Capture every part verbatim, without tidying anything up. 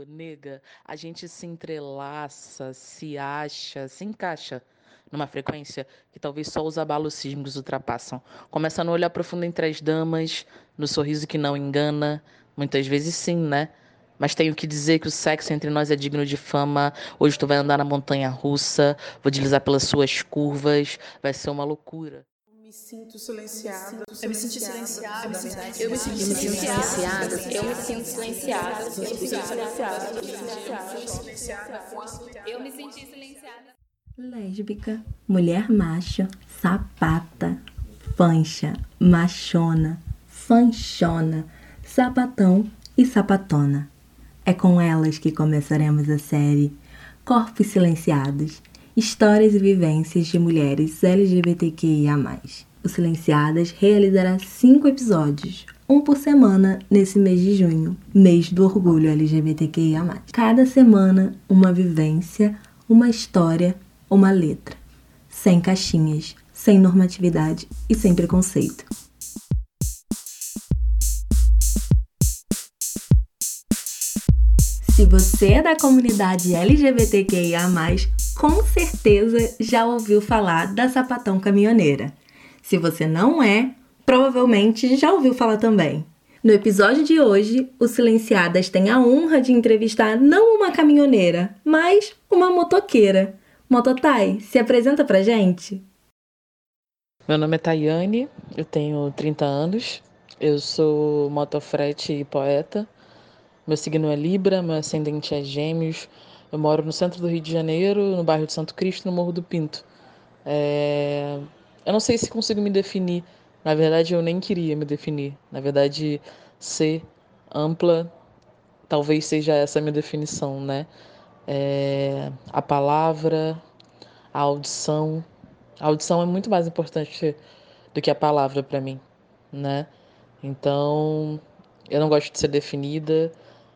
nega, a gente se entrelaça, se acha, se encaixa numa frequência que talvez só os abalos sísmicos ultrapassam. Começa no olhar profundo entre as damas, no sorriso que não engana, muitas vezes sim, né? Mas tenho que dizer que o sexo entre nós é digno de fama. Hoje tu vai andar na montanha russa, vou deslizar pelas suas curvas, vai ser uma loucura. Me sinto silenciada. Eu me senti silenciada, na verdade. Eu me sinto silenciada. Eu me sinto silenciada. Eu me sinto silenciada. Eu me senti silenciada. Lésbica, mulher macho, sapata, fancha, machona, fanchona, sapatão e sapatona. É com elas que começaremos a série Corpos Silenciados, histórias e vivências de mulheres L G B T Q I A mais. O Silenciadas realizará cinco episódios, um por semana nesse mês de junho, mês do orgulho L G B T Q I A mais. Cada semana, uma vivência, uma história, uma letra. Sem caixinhas, sem normatividade e sem preconceito. Se você é da comunidade L G B T Q I A mais, com certeza já ouviu falar da Sapatão Caminhoneira. Se você não é, provavelmente já ouviu falar também. No episódio de hoje, o Silenciadas tem a honra de entrevistar não uma caminhoneira, mas uma motoqueira. Mototai, se apresenta pra gente. Meu nome é Tayane, eu tenho trinta anos, eu sou motofrete e poeta. Meu signo é Libra, meu ascendente é Gêmeos. Eu moro no centro do Rio de Janeiro, no bairro de Santo Cristo, no Morro do Pinto. É... Eu não sei se consigo me definir. Na verdade, eu nem queria me definir. Na verdade, ser ampla talvez seja essa a minha definição, né? É... A palavra, a audição. A audição é muito mais importante do que a palavra para mim, né? Então, eu não gosto de ser definida.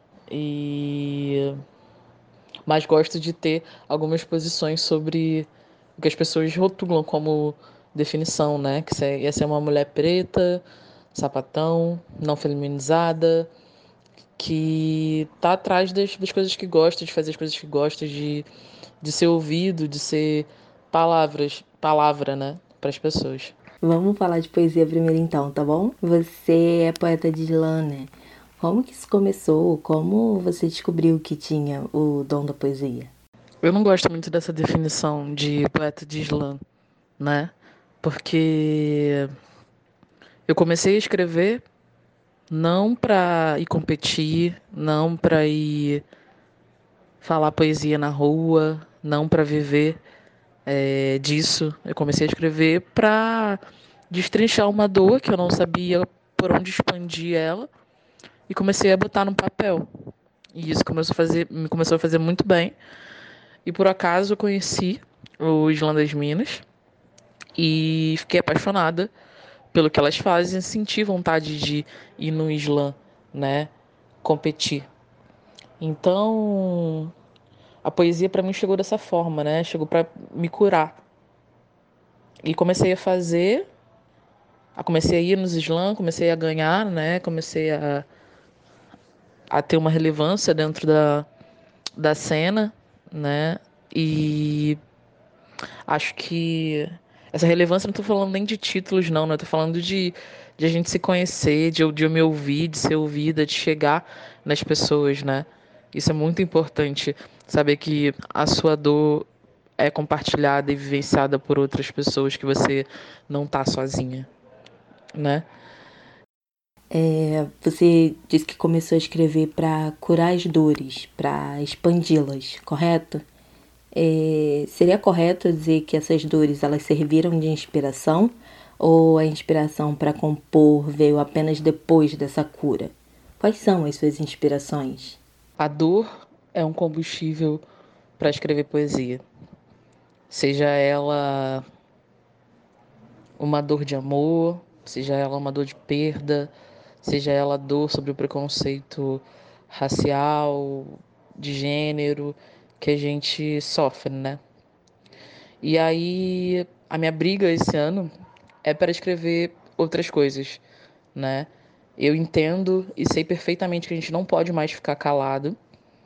E mas gosto de ter algumas posições sobre o que as pessoas rotulam como definição, né? Que ia ser uma mulher preta, sapatão, não feminizada, que tá atrás das, das coisas que gosta, de fazer as coisas que gosta, de, de ser ouvido, de ser palavras, palavra, né? Para as pessoas. Vamos falar de poesia primeiro então, tá bom? Você é poeta de slam, né? Como que isso começou? Como você descobriu que tinha o dom da poesia? Eu não gosto muito dessa definição de poeta de slam, né? Porque eu comecei a escrever não para ir competir, não para ir falar poesia na rua, não para viver é, disso. Eu comecei a escrever para destrinchar uma dor que eu não sabia por onde expandir ela e comecei a botar no papel. E isso começou a fazer, me começou a fazer muito bem. E por acaso eu conheci o Slam das Minas e fiquei apaixonada pelo que elas fazem, senti vontade de ir no slam, né, competir. Então, a poesia para mim chegou dessa forma, né? Chegou para me curar. E comecei a fazer, a comecei a ir nos slam, comecei a ganhar, né? Comecei a, a ter uma relevância dentro da, da cena, né? E acho que essa relevância, não estou falando nem de títulos, não, né? Estou falando de, de a gente se conhecer, de eu, de eu me ouvir, de ser ouvida, de chegar nas pessoas, né? Isso é muito importante, saber que a sua dor é compartilhada e vivenciada por outras pessoas, que você não tá sozinha, né? É, você disse que começou a escrever para curar as dores, para expandi-las, correto? É, seria correto dizer que essas dores elas serviram de inspiração ou a inspiração para compor veio apenas depois dessa cura? Quais são as suas inspirações? A dor é um combustível para escrever poesia. Seja ela uma dor de amor, seja ela uma dor de perda, seja ela dor sobre o preconceito racial, de gênero, que a gente sofre, né? E aí, a minha briga esse ano é para escrever outras coisas, né? Eu entendo e sei perfeitamente que a gente não pode mais ficar calado,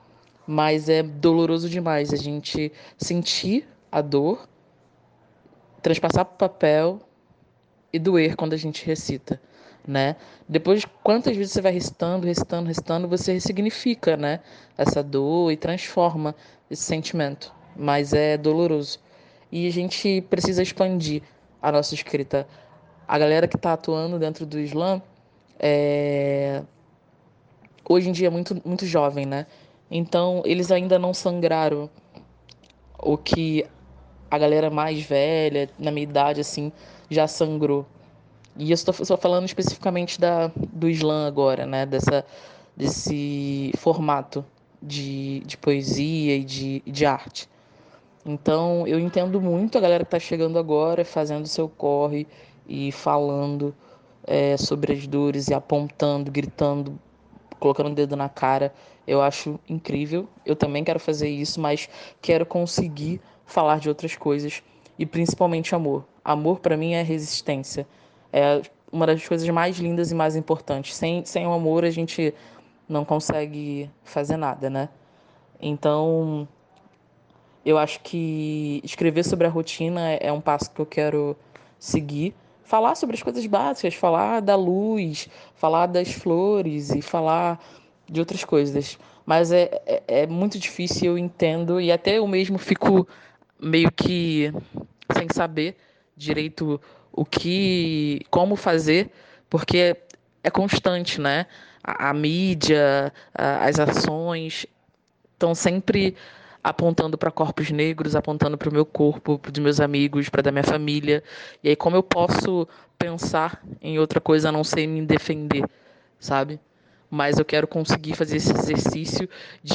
mas é doloroso demais a gente sentir a dor, transpassar para o papel e doer quando a gente recita, né? Depois, quantas vezes você vai recitando, recitando, recitando, você ressignifica, né? Essa dor e transforma esse sentimento, mas é doloroso. E a gente precisa expandir a nossa escrita. A galera que está atuando dentro do Islã, é... hoje em dia é muito, muito jovem, né? Então, eles ainda não sangraram o que a galera mais velha, na minha idade, assim, já sangrou. E eu estou só falando especificamente da, do Islã agora, né? Dessa, desse formato de, de poesia e de, de arte. Então, eu entendo muito a galera que está chegando agora, fazendo seu corre e falando é, sobre as dores e apontando, gritando, colocando o dedo na cara. Eu acho incrível. Eu também quero fazer isso, mas quero conseguir falar de outras coisas e principalmente amor. Amor para mim é resistência. É uma das coisas mais lindas e mais importantes. Sem, sem o amor a gente não consegue fazer nada, né? Então, eu acho que escrever sobre a rotina é um passo que eu quero seguir. Falar sobre as coisas básicas, falar da luz, falar das flores e falar de outras coisas. Mas é, é, é muito difícil, eu entendo, e até eu mesmo fico meio que sem saber direito o que, como fazer, porque é constante, né? A, a mídia, a, as ações estão sempre apontando para corpos negros, apontando para o meu corpo, para os meus amigos, para da minha família. E aí, como eu posso pensar em outra coisa a não ser me defender, sabe? Mas eu quero conseguir fazer esse exercício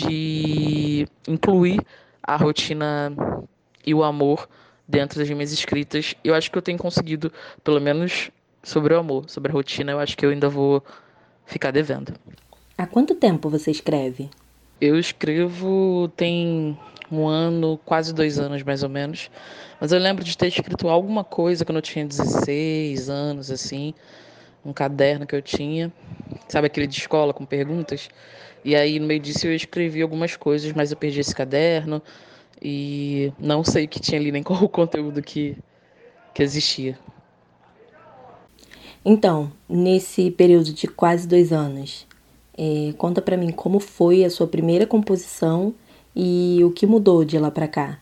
de incluir a rotina e o amor dentro das minhas escritas. Eu acho que eu tenho conseguido, pelo menos sobre o amor, sobre a rotina, eu acho que eu ainda vou ficar devendo. Há quanto tempo você escreve? Eu escrevo tem um ano, quase dois anos mais ou menos. Mas eu lembro de ter escrito alguma coisa quando eu tinha dezesseis anos, assim. Um caderno que eu tinha. Sabe aquele de escola com perguntas? E aí no meio disso eu escrevi algumas coisas, mas eu perdi esse caderno. E não sei o que tinha ali, nem qual o conteúdo que, que existia. Então, nesse período de quase dois anos, é, conta pra mim como foi a sua primeira composição e o que mudou de lá pra cá.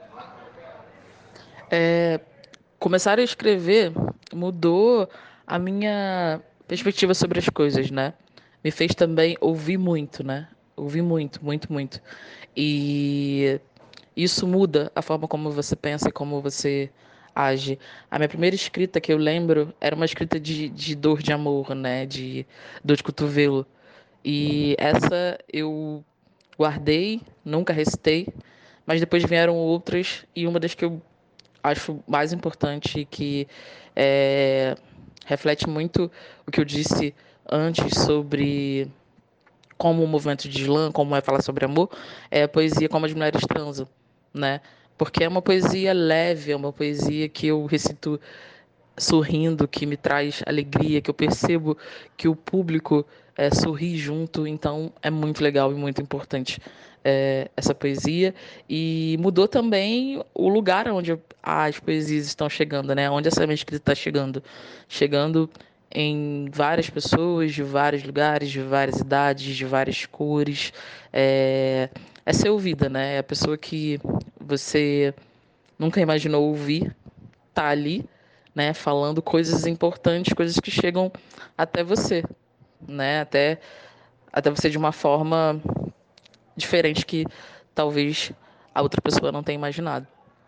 É, começar a escrever mudou a minha perspectiva sobre as coisas, né? Me fez também ouvir muito, né? Ouvir muito, muito, muito. E isso muda a forma como você pensa e como você age. A minha primeira escrita que eu lembro era uma escrita de, de dor de amor, né? De dor de cotovelo. E essa eu guardei, nunca recitei, mas depois vieram outras e uma das que eu acho mais importante, que é, reflete muito o que eu disse antes sobre como o movimento de slam, como é falar sobre amor, é a poesia Como as Mulheres Transam, né? Porque é uma poesia leve, é uma poesia que eu recito sorrindo, que me traz alegria, que eu percebo que o público é, sorri junto, então é muito legal e muito importante é, essa poesia. E mudou também o lugar onde as poesias estão chegando, né? Onde essa minha escrita está chegando. Chegando em várias pessoas, de vários lugares, de várias idades, de várias cores. É, é ser ouvida, né? É a pessoa que você nunca imaginou ouvir, tá ali, né, falando coisas importantes, coisas que chegam até você, né, até, até você de uma forma diferente que talvez a outra pessoa não tenha imaginado.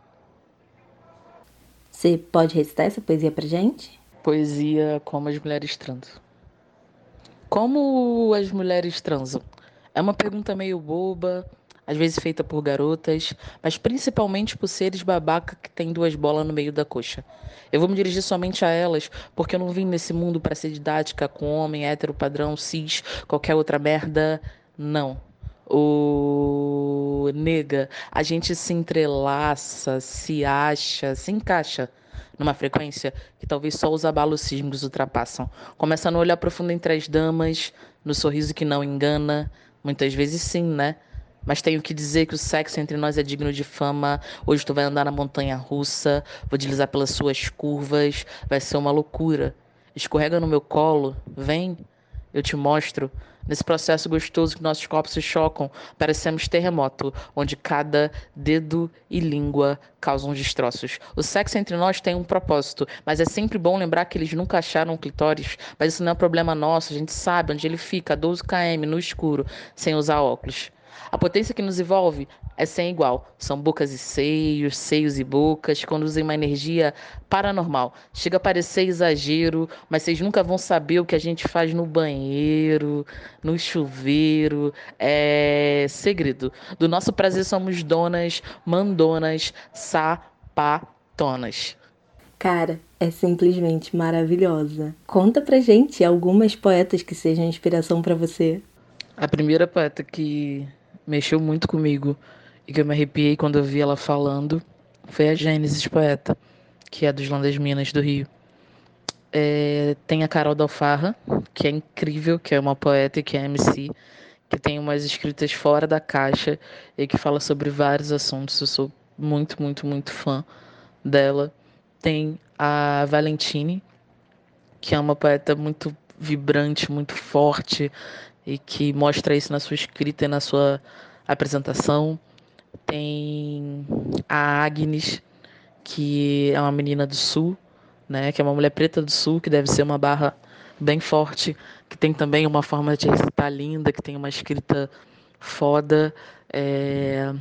Você pode recitar essa poesia pra gente? Poesia Como as Mulheres Transam. Como as mulheres transam? É uma pergunta meio boba, às vezes feita por garotas, mas principalmente por seres babaca que tem duas bolas no meio da coxa. Eu vou me dirigir somente a elas, porque eu não vim nesse mundo para ser didática com homem, hétero, padrão, cis, qualquer outra merda. Não. Ô, nega, a gente se entrelaça, se acha, se encaixa numa frequência que talvez só os abalos sísmicos ultrapassam. Começa no olhar profundo entre as damas, no sorriso que não engana, muitas vezes sim, né? Mas tenho que dizer que o sexo entre nós é digno de fama. Hoje tu vai andar na montanha russa, vou deslizar pelas suas curvas, vai ser uma loucura. Escorrega no meu colo, vem, eu te mostro. Nesse processo gostoso que nossos corpos se chocam, parecemos terremoto, onde cada dedo e língua causam destroços. O sexo entre nós tem um propósito, mas é sempre bom lembrar que eles nunca acharam um clitóris, mas isso não é problema nosso, a gente sabe onde ele fica, a doze quilômetros no escuro, sem usar óculos. A potência que nos envolve é sem igual. São bocas e seios, seios e bocas, que conduzem uma energia paranormal. Chega a parecer exagero, mas vocês nunca vão saber o que a gente faz no banheiro, no chuveiro. É segredo. Do nosso prazer somos donas, mandonas, sapatonas. Cara, é simplesmente maravilhosa. Conta pra gente algumas poetas que sejam inspiração pra você. A primeira poeta que mexeu muito comigo e que eu me arrepiei quando eu vi ela falando foi a Gênesis Poeta, que é dos Landas Minas do Rio. É, tem a Carol Dalfarra, que é incrível, que é uma poeta e que é M C, que tem umas escritas fora da caixa e que fala sobre vários assuntos. Eu sou muito, muito, muito fã dela. Tem a Valentine, que é uma poeta muito vibrante, muito forte e que mostra isso na sua escrita e na sua apresentação. Tem a Agnes, que é uma menina do Sul, né, que é uma mulher preta do Sul, que deve ser uma barra bem forte, que tem também uma forma de recitar linda, que tem uma escrita foda. É...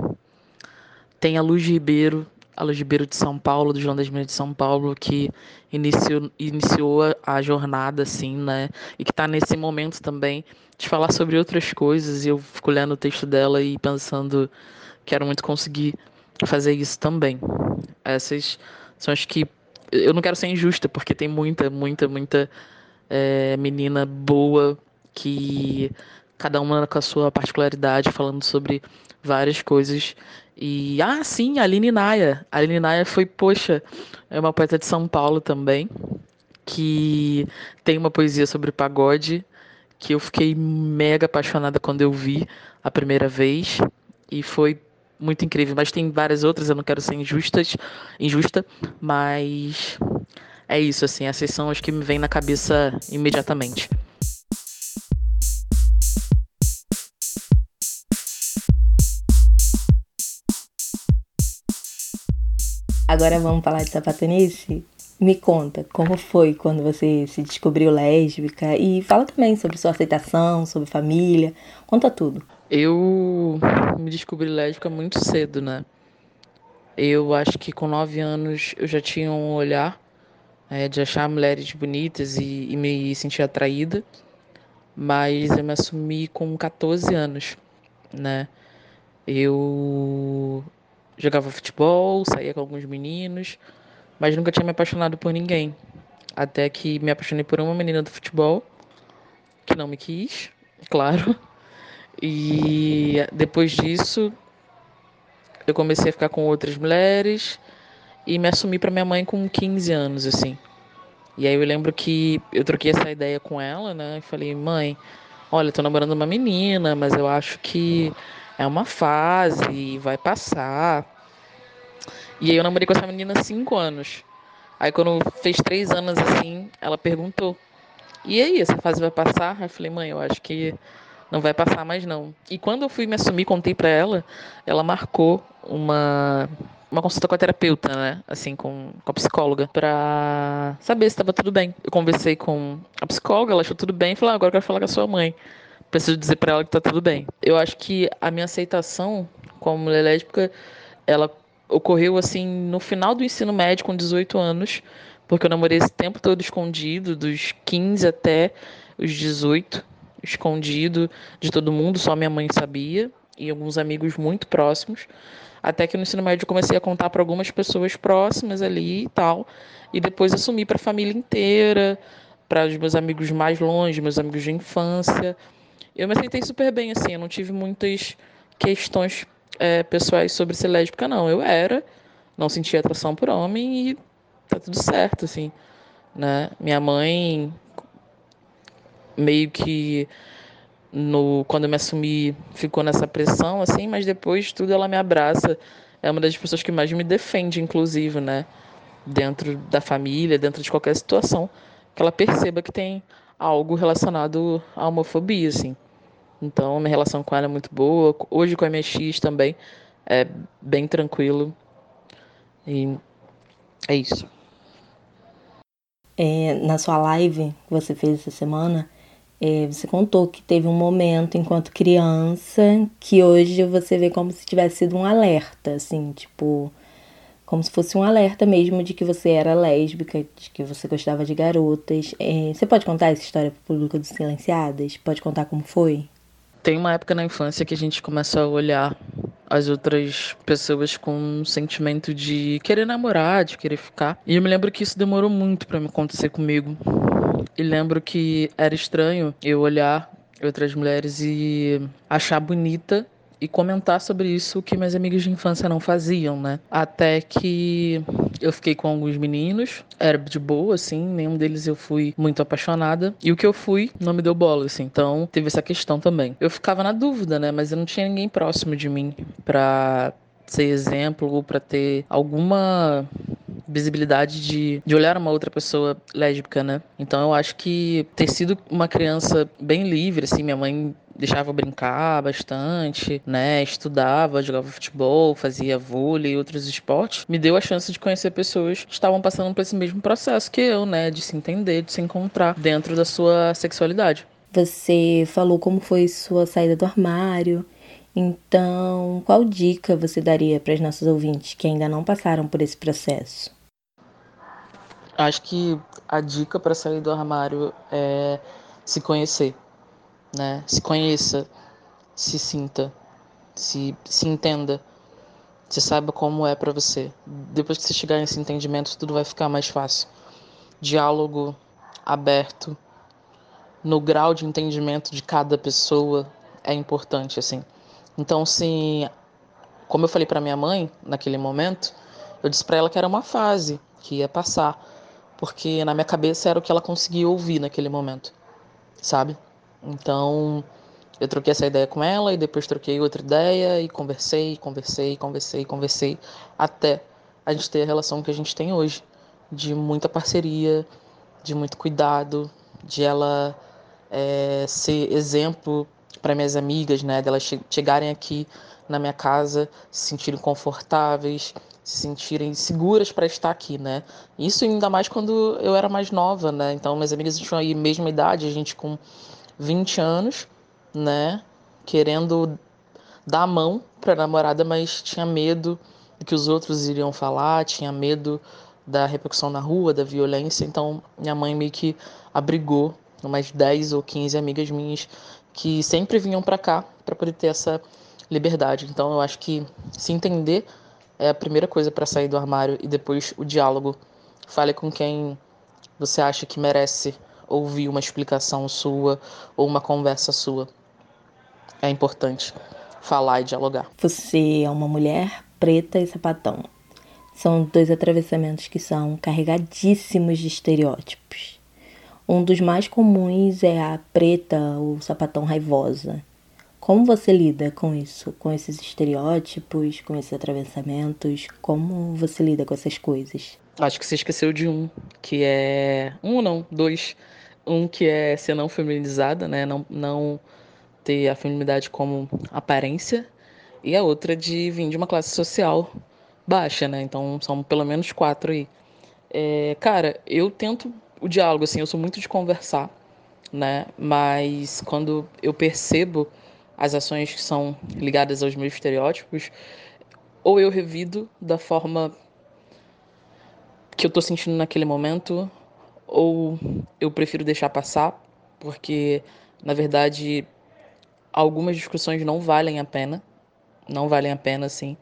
Tem a Luz Ribeiro, a Luz Ribeiro de São Paulo, do João das Minas de São Paulo, que iniciou, iniciou a jornada, assim, né? E que está nesse momento também de falar sobre outras coisas. E eu fico lendo o texto dela e pensando, quero muito conseguir fazer isso também. Essas são as que... Eu não quero ser injusta, porque tem muita, muita, muita é, menina boa que cada uma com a sua particularidade, falando sobre várias coisas. E, ah, sim, a Aline Naia. A Aline Naia foi, poxa, é uma poeta de São Paulo também, que tem uma poesia sobre pagode, que eu fiquei mega apaixonada quando eu vi a primeira vez, e foi muito incrível. Mas tem várias outras, eu não quero ser injustas, injusta, mas é isso, assim, essas são as que me vêm na cabeça imediatamente. Agora vamos falar de sapatonice? Me conta, como foi quando você se descobriu lésbica? E fala também sobre sua aceitação, sobre família. Conta tudo. Eu me descobri lésbica muito cedo, né? Eu acho que com nove anos eu já tinha um olhar é, de achar mulheres bonitas e, e me sentir atraída. Mas eu me assumi com catorze anos, né? Eu jogava futebol, saía com alguns meninos, mas nunca tinha me apaixonado por ninguém. Até que me apaixonei por uma menina do futebol, que não me quis, claro. E depois disso, eu comecei a ficar com outras mulheres e me assumi para minha mãe com quinze anos, assim. E aí eu lembro que eu troquei essa ideia com ela, né? E falei, mãe, olha, eu tô namorando uma menina, mas eu acho que é uma fase e vai passar. E aí eu namorei com essa menina há cinco anos. Aí quando fez três anos assim, ela perguntou, e aí, essa fase vai passar? Aí eu falei, mãe, eu acho que não vai passar mais não. E quando eu fui me assumir, contei pra ela, ela marcou uma, uma consulta com a terapeuta, né? Assim, com, com a psicóloga, pra saber se estava tudo bem. Eu conversei com a psicóloga, ela achou tudo bem, e falou, ah, agora eu quero falar com a sua mãe. Preciso dizer pra ela que tá tudo bem. Eu acho que a minha aceitação como mulher lésbica, ela ocorreu assim no final do ensino médio, com dezoito anos, porque eu namorei esse tempo todo escondido, dos quinze até os dezoito, escondido de todo mundo, só minha mãe sabia e alguns amigos muito próximos, até que no ensino médio eu comecei a contar para algumas pessoas próximas ali e tal, e depois assumi para a família inteira, para os meus amigos mais longe, meus amigos de infância. Eu me aceitei super bem, assim, eu não tive muitas questões é, pessoais sobre ser lésbica, não. Eu era, não sentia atração por homem e tá tudo certo, assim, né? Minha mãe meio que no, quando eu me assumi, ficou nessa pressão, assim, mas depois tudo ela me abraça. É uma das pessoas que mais me defende, inclusive, né? Dentro da família, dentro de qualquer situação, que ela perceba que tem algo relacionado à homofobia, assim. Então, minha relação com ela é muito boa. Hoje com a minha X também é bem tranquilo. E é isso. É, na sua live que você fez essa semana, é, você contou que teve um momento enquanto criança que hoje você vê como se tivesse sido um alerta, assim, tipo, como se fosse um alerta mesmo de que você era lésbica, de que você gostava de garotas. É, você pode contar essa história pro público do Silenciadas? Pode contar como foi? Tem uma época na infância que a gente começa a olhar as outras pessoas com um sentimento de querer namorar, de querer ficar. E eu me lembro que isso demorou muito pra me acontecer comigo. E lembro que era estranho eu olhar outras mulheres e achar bonita e comentar sobre isso que minhas amigas de infância não faziam, né? Até que eu fiquei com alguns meninos, era de boa, assim, nenhum deles eu fui muito apaixonada. E o que eu fui não me deu bola, assim. Então teve essa questão também. Eu ficava na dúvida, né? Mas eu não tinha ninguém próximo de mim pra ser exemplo ou pra ter alguma visibilidade de, de olhar uma outra pessoa lésbica, né? Então eu acho que ter sido uma criança bem livre, assim, minha mãe deixava eu brincar bastante, né? Estudava, jogava futebol, fazia vôlei e outros esportes, me deu a chance de conhecer pessoas que estavam passando por esse mesmo processo que eu, né? De se entender, de se encontrar dentro da sua sexualidade. Você falou como foi sua saída do armário. Então, qual dica você daria para os nossos ouvintes que ainda não passaram por esse processo? Acho que a dica para sair do armário é se conhecer, né? Se conheça, se sinta, se, se entenda, se saiba como é para você. Depois que você chegar nesse entendimento, tudo vai ficar mais fácil. Diálogo aberto, no grau de entendimento de cada pessoa é importante, assim. Então, se, como eu falei para minha mãe naquele momento, eu disse para ela que era uma fase, que ia passar, porque na minha cabeça era o que ela conseguia ouvir naquele momento, sabe? Então, eu troquei essa ideia com ela e depois troquei outra ideia e conversei, conversei, conversei, conversei, até a gente ter a relação que a gente tem hoje, de muita parceria, de muito cuidado, de ela é, ser exemplo para minhas amigas, né, delas che- chegarem aqui na minha casa, se sentirem confortáveis, se sentirem seguras para estar aqui, né? Isso ainda mais quando eu era mais nova, né? Então, minhas amigas tinham aí a mesma idade, a gente com vinte anos, né? Querendo dar a mão para a namorada, mas tinha medo do que os outros iriam falar, tinha medo da repercussão na rua, da violência. Então, minha mãe meio que abrigou umas dez ou quinze amigas minhas que sempre vinham para cá para poder ter essa liberdade. Então, eu acho que se entender é a primeira coisa para sair do armário e depois o diálogo. Fale com quem você acha que merece ouvir uma explicação sua ou uma conversa sua. É importante falar e dialogar. Você é uma mulher preta e sapatão. São dois atravessamentos que são carregadíssimos de estereótipos. Um dos mais comuns é a preta ou sapatão raivosa. Como você lida com isso, com esses estereótipos, com esses atravessamentos? Como você lida com essas coisas? Acho que você esqueceu de um, que é... Um não, dois. Um que é ser não feminizada, né? Não, não ter a feminilidade como aparência. E a outra de vir de uma classe social baixa, né? Então são pelo menos quatro aí. É, cara, eu tento o diálogo, assim, eu sou muito de conversar, né? Mas quando eu percebo as ações que são ligadas aos meus estereótipos, ou eu revido da forma que eu tô sentindo naquele momento, ou eu prefiro deixar passar, porque, na verdade, algumas discussões não valem a pena, não valem a pena, assim,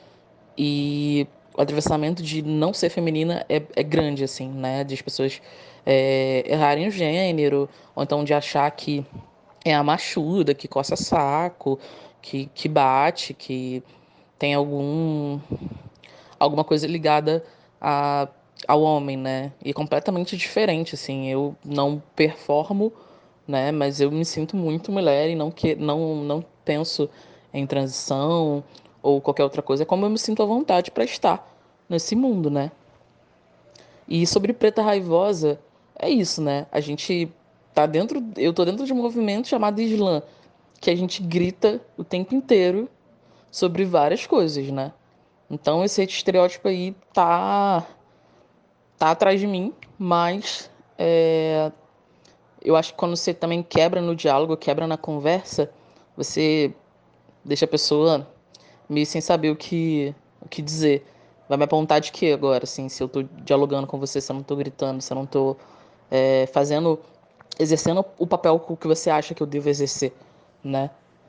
e o atravessamento de não ser feminina é, é grande, assim, né, de as pessoas é, errarem o gênero, ou então de achar que é a machuda, que coça saco, que, que bate, que tem algum alguma coisa ligada a, ao homem, né? E é completamente diferente, assim. Eu não performo né? Mas eu me sinto muito mulher e não, que, não, não penso em transição ou qualquer outra coisa. É como eu me sinto à vontade para estar nesse mundo, né? E sobre Preta Raivosa, é isso, né? A gente tá dentro, eu tô dentro de um movimento chamado Islã, que a gente grita o tempo inteiro sobre várias coisas, né? Então esse estereótipo aí tá, tá atrás de mim, mas é, eu acho que quando você também quebra no diálogo, quebra na conversa, você deixa a pessoa meio sem saber o que, o que dizer. Vai me apontar de quê agora, assim, se eu tô dialogando com você, se eu não tô gritando, se eu não tô é, fazendo, exercendo o papel que você acha que eu devo exercer, né?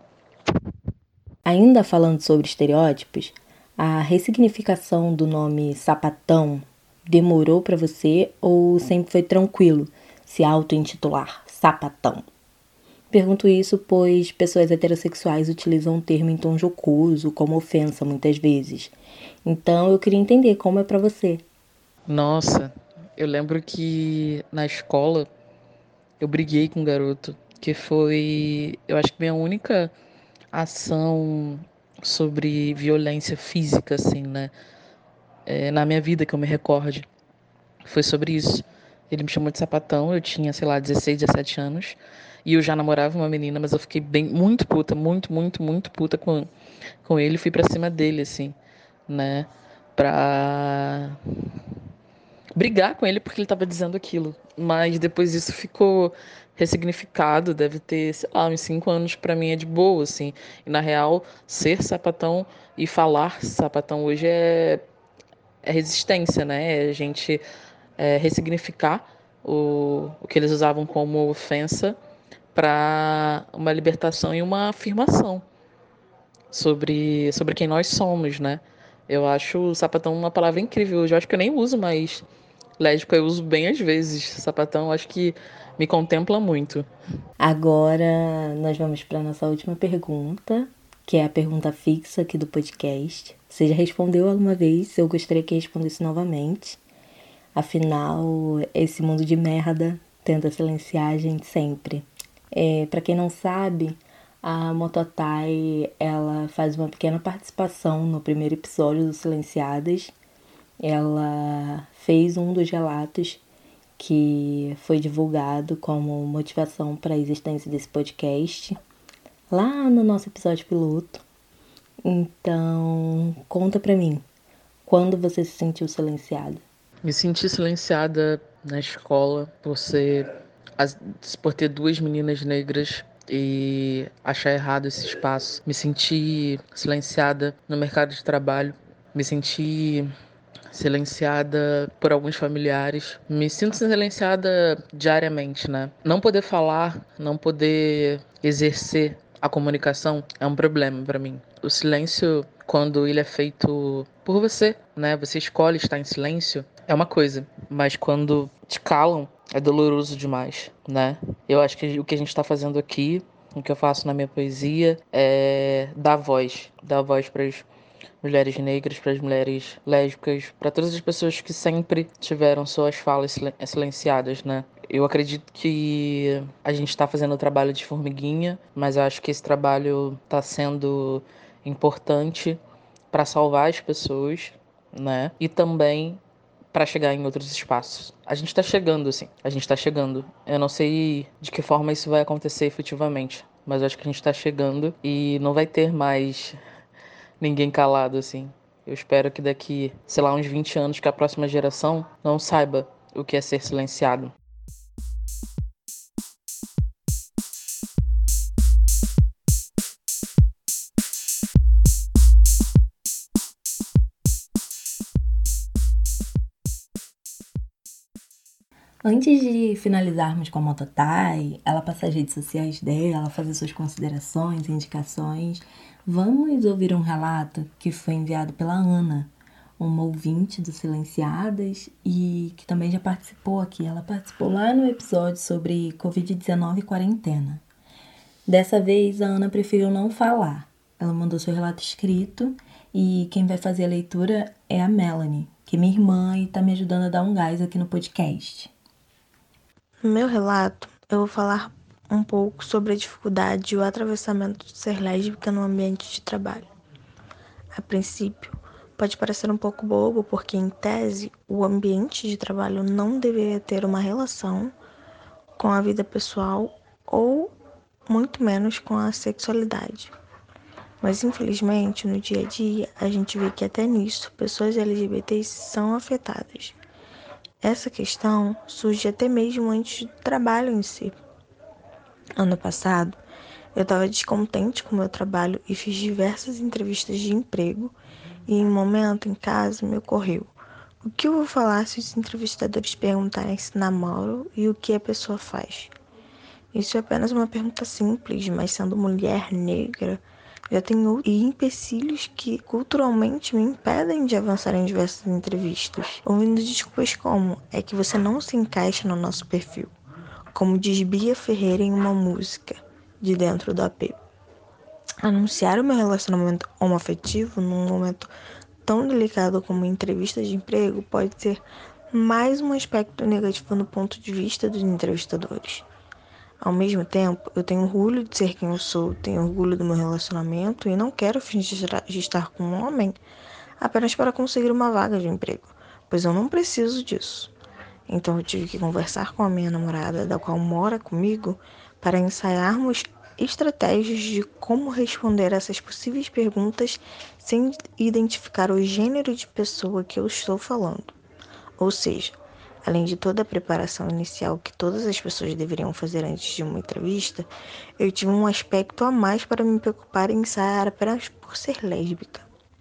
Ainda falando sobre estereótipos, a ressignificação do nome sapatão demorou para você ou sempre foi tranquilo se auto-intitular sapatão? Pergunto isso pois pessoas heterossexuais utilizam o termo em tom jocoso, como ofensa muitas vezes. Então eu queria entender como é para você. Nossa, eu lembro que na escola eu briguei com um garoto, que foi, eu acho que minha única ação sobre violência física, assim, né? É, na minha vida que eu me recorde, foi sobre isso. Ele me chamou de sapatão, eu tinha, sei lá, dezesseis, dezessete anos, e eu já namorava uma menina, mas eu fiquei bem, muito puta, muito, muito, muito puta com, com ele, fui pra cima dele, assim, né? Pra brigar com ele porque ele tava dizendo aquilo. Mas depois isso ficou ressignificado, deve ter, sei lá, uns cinco anos pra mim é de boa, assim. E na real, ser sapatão e falar sapatão hoje é, é resistência, né? É a gente é, ressignificar o, o que eles usavam como ofensa para uma libertação e uma afirmação sobre, sobre quem nós somos, né? Eu acho sapatão uma palavra incrível. Eu acho que eu nem uso mais lésbica, eu uso bem às vezes. Sapatão, acho que me contempla muito. Agora nós vamos para nossa última pergunta, que é a pergunta fixa aqui do podcast. Você já respondeu alguma vez, eu gostaria que respondesse novamente. Afinal, esse mundo de merda tenta silenciar a gente sempre. É, para quem não sabe, a Mototai, ela faz uma pequena participação no primeiro episódio do Silenciadas. Ela fez um dos relatos que foi divulgado como motivação para a existência desse podcast lá no nosso episódio piloto. Então, conta pra mim, quando você se sentiu silenciada? Me senti silenciada na escola por ser, por ter duas meninas negras e achar errado esse espaço. Me senti silenciada no mercado de trabalho. Me senti silenciada por alguns familiares. Me sinto silenciada diariamente, né? Não poder falar, não poder exercer a comunicação é um problema para mim. O silêncio, quando ele é feito por você, né? Você escolhe estar em silêncio, é uma coisa, mas quando te calam, é doloroso demais, né? Eu acho que o que a gente está fazendo aqui, o que eu faço na minha poesia, é dar voz, dar voz para as mulheres negras, para as mulheres lésbicas, para todas as pessoas que sempre tiveram suas falas silenciadas, né? Eu acredito que a gente está fazendo o trabalho de formiguinha, mas eu acho que esse trabalho está sendo importante para salvar as pessoas, né? E também para chegar em outros espaços. A gente está chegando, assim. A gente está chegando. Eu não sei de que forma isso vai acontecer efetivamente, mas eu acho que a gente está chegando e não vai ter mais ninguém calado, assim. Eu espero que daqui, sei lá, uns vinte anos, que a próxima geração não saiba o que é ser silenciado. Antes de finalizarmos com a Mototai, ela passar as redes sociais dela, fazer suas considerações, indicações, vamos ouvir um relato que foi enviado pela Ana, uma ouvinte do Silenciadas e que também já participou aqui. Ela participou lá no episódio sobre covid dezenove e quarentena. Dessa vez, a Ana preferiu não falar. Ela mandou seu relato escrito e quem vai fazer a leitura é a Melanie, que é minha irmã e está me ajudando a dar um gás aqui no podcast. No meu relato, eu vou falar um pouco sobre a dificuldade e o atravessamento de ser lésbica no ambiente de trabalho. A princípio, pode parecer um pouco bobo, porque, em tese, o ambiente de trabalho não deveria ter uma relação com a vida pessoal ou, muito menos, com a sexualidade. Mas, infelizmente, no dia a dia, a gente vê que até nisso, pessoas L G B T são afetadas. Essa questão surge até mesmo antes do trabalho em si. Ano passado, eu estava descontente com o meu trabalho e fiz diversas entrevistas de emprego e, em um momento em casa, me ocorreu: o que eu vou falar se os entrevistadores perguntarem se namoro e o que a pessoa faz? Isso é apenas uma pergunta simples, mas sendo mulher negra, já tenho empecilhos que culturalmente me impedem de avançar em diversas entrevistas. Ouvindo desculpas como: é que você não se encaixa no nosso perfil, como diz Bia Ferreira em uma música de Dentro do A P. Anunciar o meu relacionamento homoafetivo num momento tão delicado como entrevista de emprego pode ser mais um aspecto negativo no ponto de vista dos entrevistadores. Ao mesmo tempo, eu tenho orgulho de ser quem eu sou, tenho orgulho do meu relacionamento e não quero fingir de estar com um homem apenas para conseguir uma vaga de emprego, pois eu não preciso disso. Então eu tive que conversar com a minha namorada, da qual mora comigo, para ensaiarmos estratégias de como responder essas possíveis perguntas sem identificar o gênero de pessoa que eu estou falando. Ou seja, além de toda a preparação inicial que todas as pessoas deveriam fazer antes de uma entrevista, eu tive um aspecto a mais para me preocupar em ensaiar apenas por ser lésbica.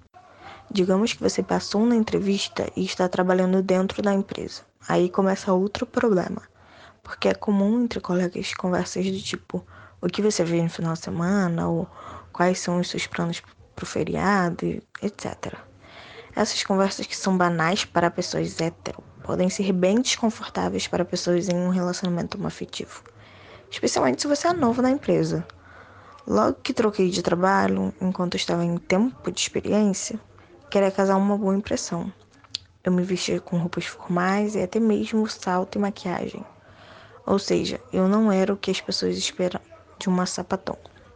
Digamos que você passou na entrevista e está trabalhando dentro da empresa. Aí começa outro problema, porque é comum entre colegas conversas do tipo: o que você fez no final de semana, ou quais são os seus planos para o feriado, etcétera. Essas conversas, que são banais para pessoas hétero, podem ser bem desconfortáveis para pessoas em um relacionamento homoafetivo, especialmente se você é novo na empresa. Logo que troquei de trabalho, enquanto estava em tempo de experiência, queria causar uma boa impressão. Eu me vestia com roupas formais e até mesmo salto e maquiagem. Ou seja, eu não era o que as pessoas esperam de uma sapatão.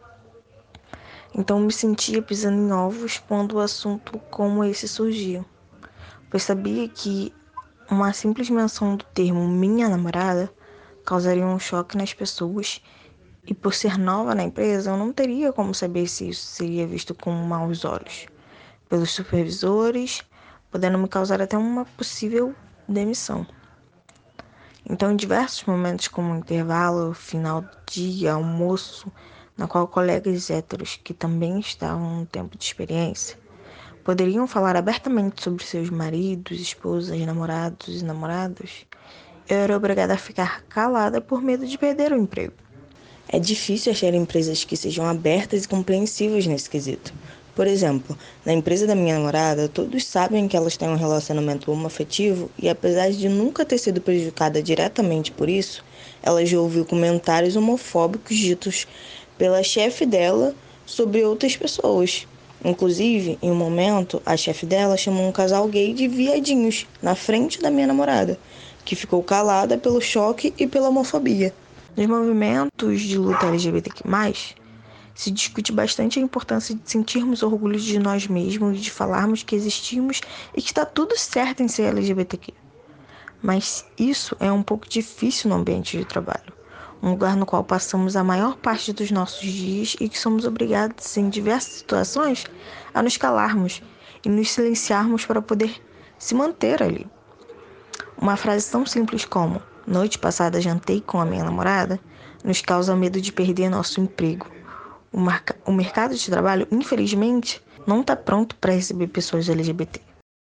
Então me sentia pisando em ovos quando o assunto como esse surgia, pois sabia que uma simples menção do termo minha namorada causaria um choque nas pessoas, e por ser nova na empresa eu não teria como saber se isso seria visto com maus olhos pelos supervisores, podendo me causar até uma possível demissão. Então, em diversos momentos, como intervalo, final do dia, almoço, na qual colegas héteros que também estavam no tempo de experiência poderiam falar abertamente sobre seus maridos, esposas, namorados e namoradas, eu era obrigada a ficar calada por medo de perder o emprego. É difícil achar empresas que sejam abertas e compreensivas nesse quesito. Por exemplo, na empresa da minha namorada, todos sabem que elas têm um relacionamento homoafetivo e, apesar de nunca ter sido prejudicada diretamente por isso, ela já ouviu comentários homofóbicos ditos pela chefe dela sobre outras pessoas. Inclusive, em um momento, a chefe dela chamou um casal gay de viadinhos na frente da minha namorada, que ficou calada pelo choque e pela homofobia. Nos movimentos de luta L G B T Q mais, se discute bastante a importância de sentirmos orgulho de nós mesmos e de falarmos que existimos e que está tudo certo em ser L G B T Q. Mas isso é um pouco difícil no ambiente de trabalho, um lugar no qual passamos a maior parte dos nossos dias e que somos obrigados, em diversas situações, a nos calarmos e nos silenciarmos para poder se manter ali. Uma frase tão simples como "noite passada jantei com a minha namorada" nos causa medo de perder nosso emprego. O, marca... o mercado de trabalho, infelizmente, não está pronto para receber pessoas L G B T.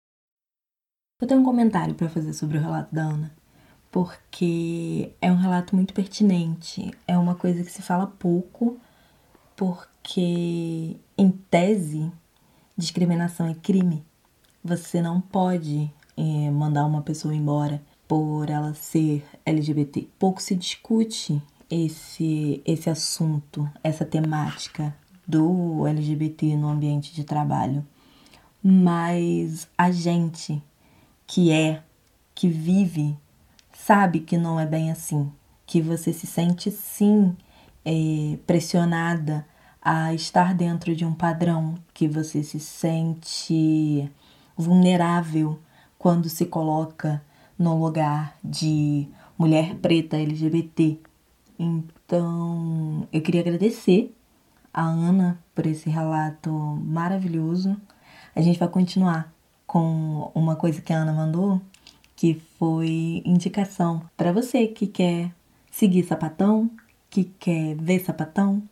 Eu tenho um comentário para fazer sobre o relato da Ana, porque é um relato muito pertinente. É uma coisa que se fala pouco, porque, em tese, discriminação é crime. Você não pode é, mandar uma pessoa embora por ela ser L G B T. Pouco se discute esse, esse assunto, essa temática do L G B T no ambiente de trabalho. Mas a gente que é, que vive, sabe que não é bem assim. Que você se sente, sim, é, pressionada a estar dentro de um padrão, que você se sente vulnerável quando se coloca no lugar de mulher preta L G B T. Então, eu queria agradecer a Ana por esse relato maravilhoso. A gente vai continuar com uma coisa que a Ana mandou, que foi indicação para você que quer seguir sapatão, que quer ver sapatão.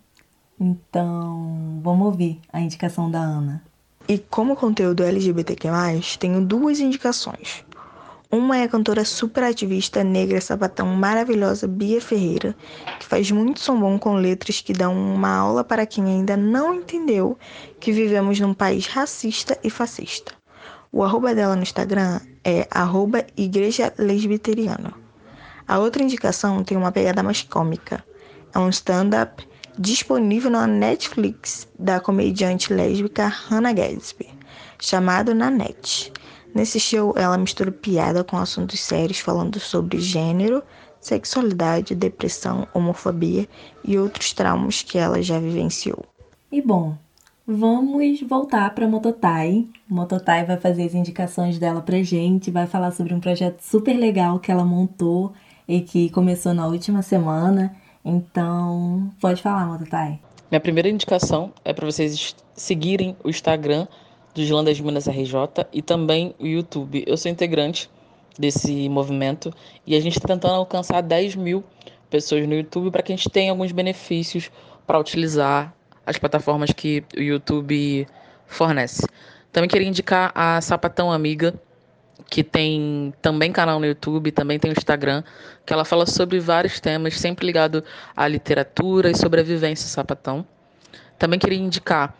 Então, vamos ouvir a indicação da Ana. E como conteúdo L G B T Q mais, tenho duas indicações. Uma é a cantora super ativista negra sapatão maravilhosa Bia Ferreira, que faz muito som bom com letras que dão uma aula para quem ainda não entendeu que vivemos num país racista e fascista. O arroba dela no Instagram é arroba igreja lesbiteriana. A outra indicação tem uma pegada mais cômica. É um stand-up disponível na Netflix da comediante lésbica Hannah Gadsby, chamado Nanette. Nesse show, ela mistura piada com assuntos sérios, falando sobre gênero, sexualidade, depressão, homofobia e outros traumas que ela já vivenciou. E bom, vamos voltar para a Mototai. Mototai vai fazer as indicações dela pra gente, vai falar sobre um projeto super legal que ela montou e que começou na última semana. Então, pode falar, Mototai. Minha primeira indicação é para vocês seguirem o Instagram do Islã das Minas R J e também o YouTube. Eu sou integrante desse movimento e a gente está tentando alcançar dez mil pessoas no YouTube para que a gente tenha alguns benefícios para utilizar as plataformas que o YouTube fornece. Também queria indicar a Sapatão Amiga, que tem também canal no YouTube, também tem o Instagram, que ela fala sobre vários temas, sempre ligado à literatura e sobre a vivência sapatão. Também queria indicar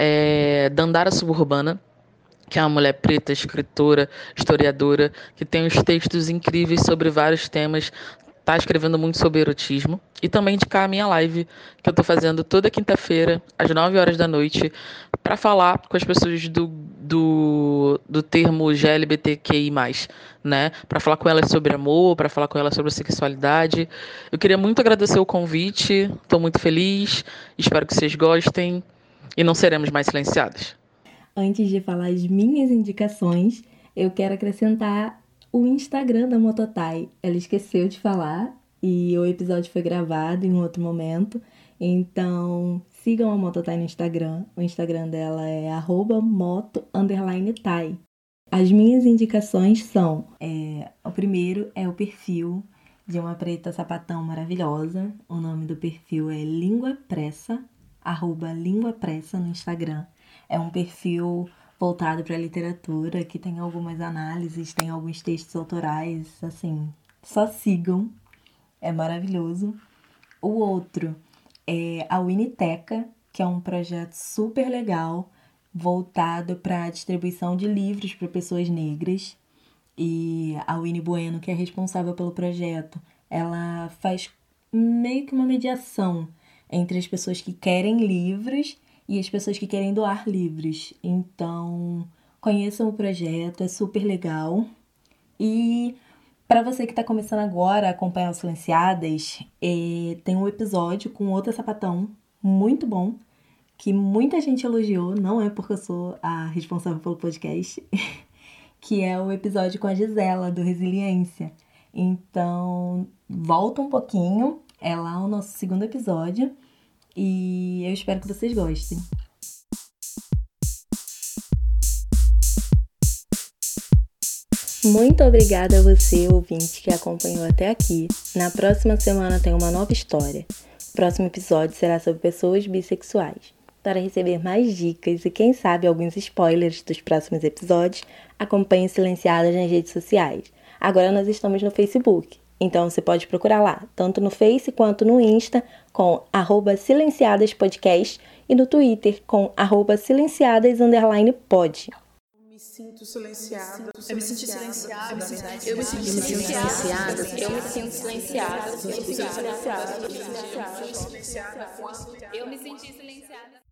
é, Dandara Suburbana, que é uma mulher preta, escritora, historiadora, que tem uns textos incríveis sobre vários temas, está escrevendo muito sobre erotismo. E também indicar a minha live, que eu estou fazendo toda quinta-feira, às nove horas da noite, para falar com as pessoas do, do, do termo G L B T Q I mais, né? Para falar com elas sobre amor, para falar com elas sobre sexualidade. Eu queria muito agradecer o convite, estou muito feliz, espero que vocês gostem e não seremos mais silenciadas. Antes de falar as minhas indicações, eu quero acrescentar o Instagram da Mototai. Ela esqueceu de falar e o episódio foi gravado em um outro momento. Então, sigam a Mototai no Instagram. O Instagram dela é arroba moto underline tai. As minhas indicações são... É, o primeiro é o perfil de uma preta sapatão maravilhosa. O nome do perfil é Língua Pressa, arroba Língua Pressa no Instagram. É um perfil voltado para a literatura, que tem algumas análises, tem alguns textos autorais, assim, só sigam, é maravilhoso. O outro é a Winiteca, que é um projeto super legal, voltado para a distribuição de livros para pessoas negras. E a Winnie Bueno, que é responsável pelo projeto, ela faz meio que uma mediação entre as pessoas que querem livros e as pessoas que querem doar livros. Então, conheçam o projeto, é super legal. E para você que está começando agora a acompanhar o Silenciadas, é, tem um episódio com outra sapatão muito bom, que muita gente elogiou, não é porque eu sou a responsável pelo podcast, que é o episódio com a Gisela, do Resiliência. Então, volta um pouquinho, é lá o nosso segundo episódio, e eu espero que vocês gostem. Muito obrigada a você, ouvinte, que acompanhou até aqui. Na próxima semana tem uma nova história. O próximo episódio será sobre pessoas bissexuais. Para receber mais dicas e, quem sabe, alguns spoilers dos próximos episódios, acompanhe Silenciadas nas redes sociais. Agora nós estamos no Facebook, então você pode procurar lá, tanto no Face quanto no Insta, com arroba silenciadaspodcast e no Twitter com arroba silenciadas underline pod. Me sinto silenciada. Eu me senti silenciada, na verdade. Eu me sinto silenciada. Eu me sinto silenciada. Eu me sinto silenciada. Eu me senti silenciada.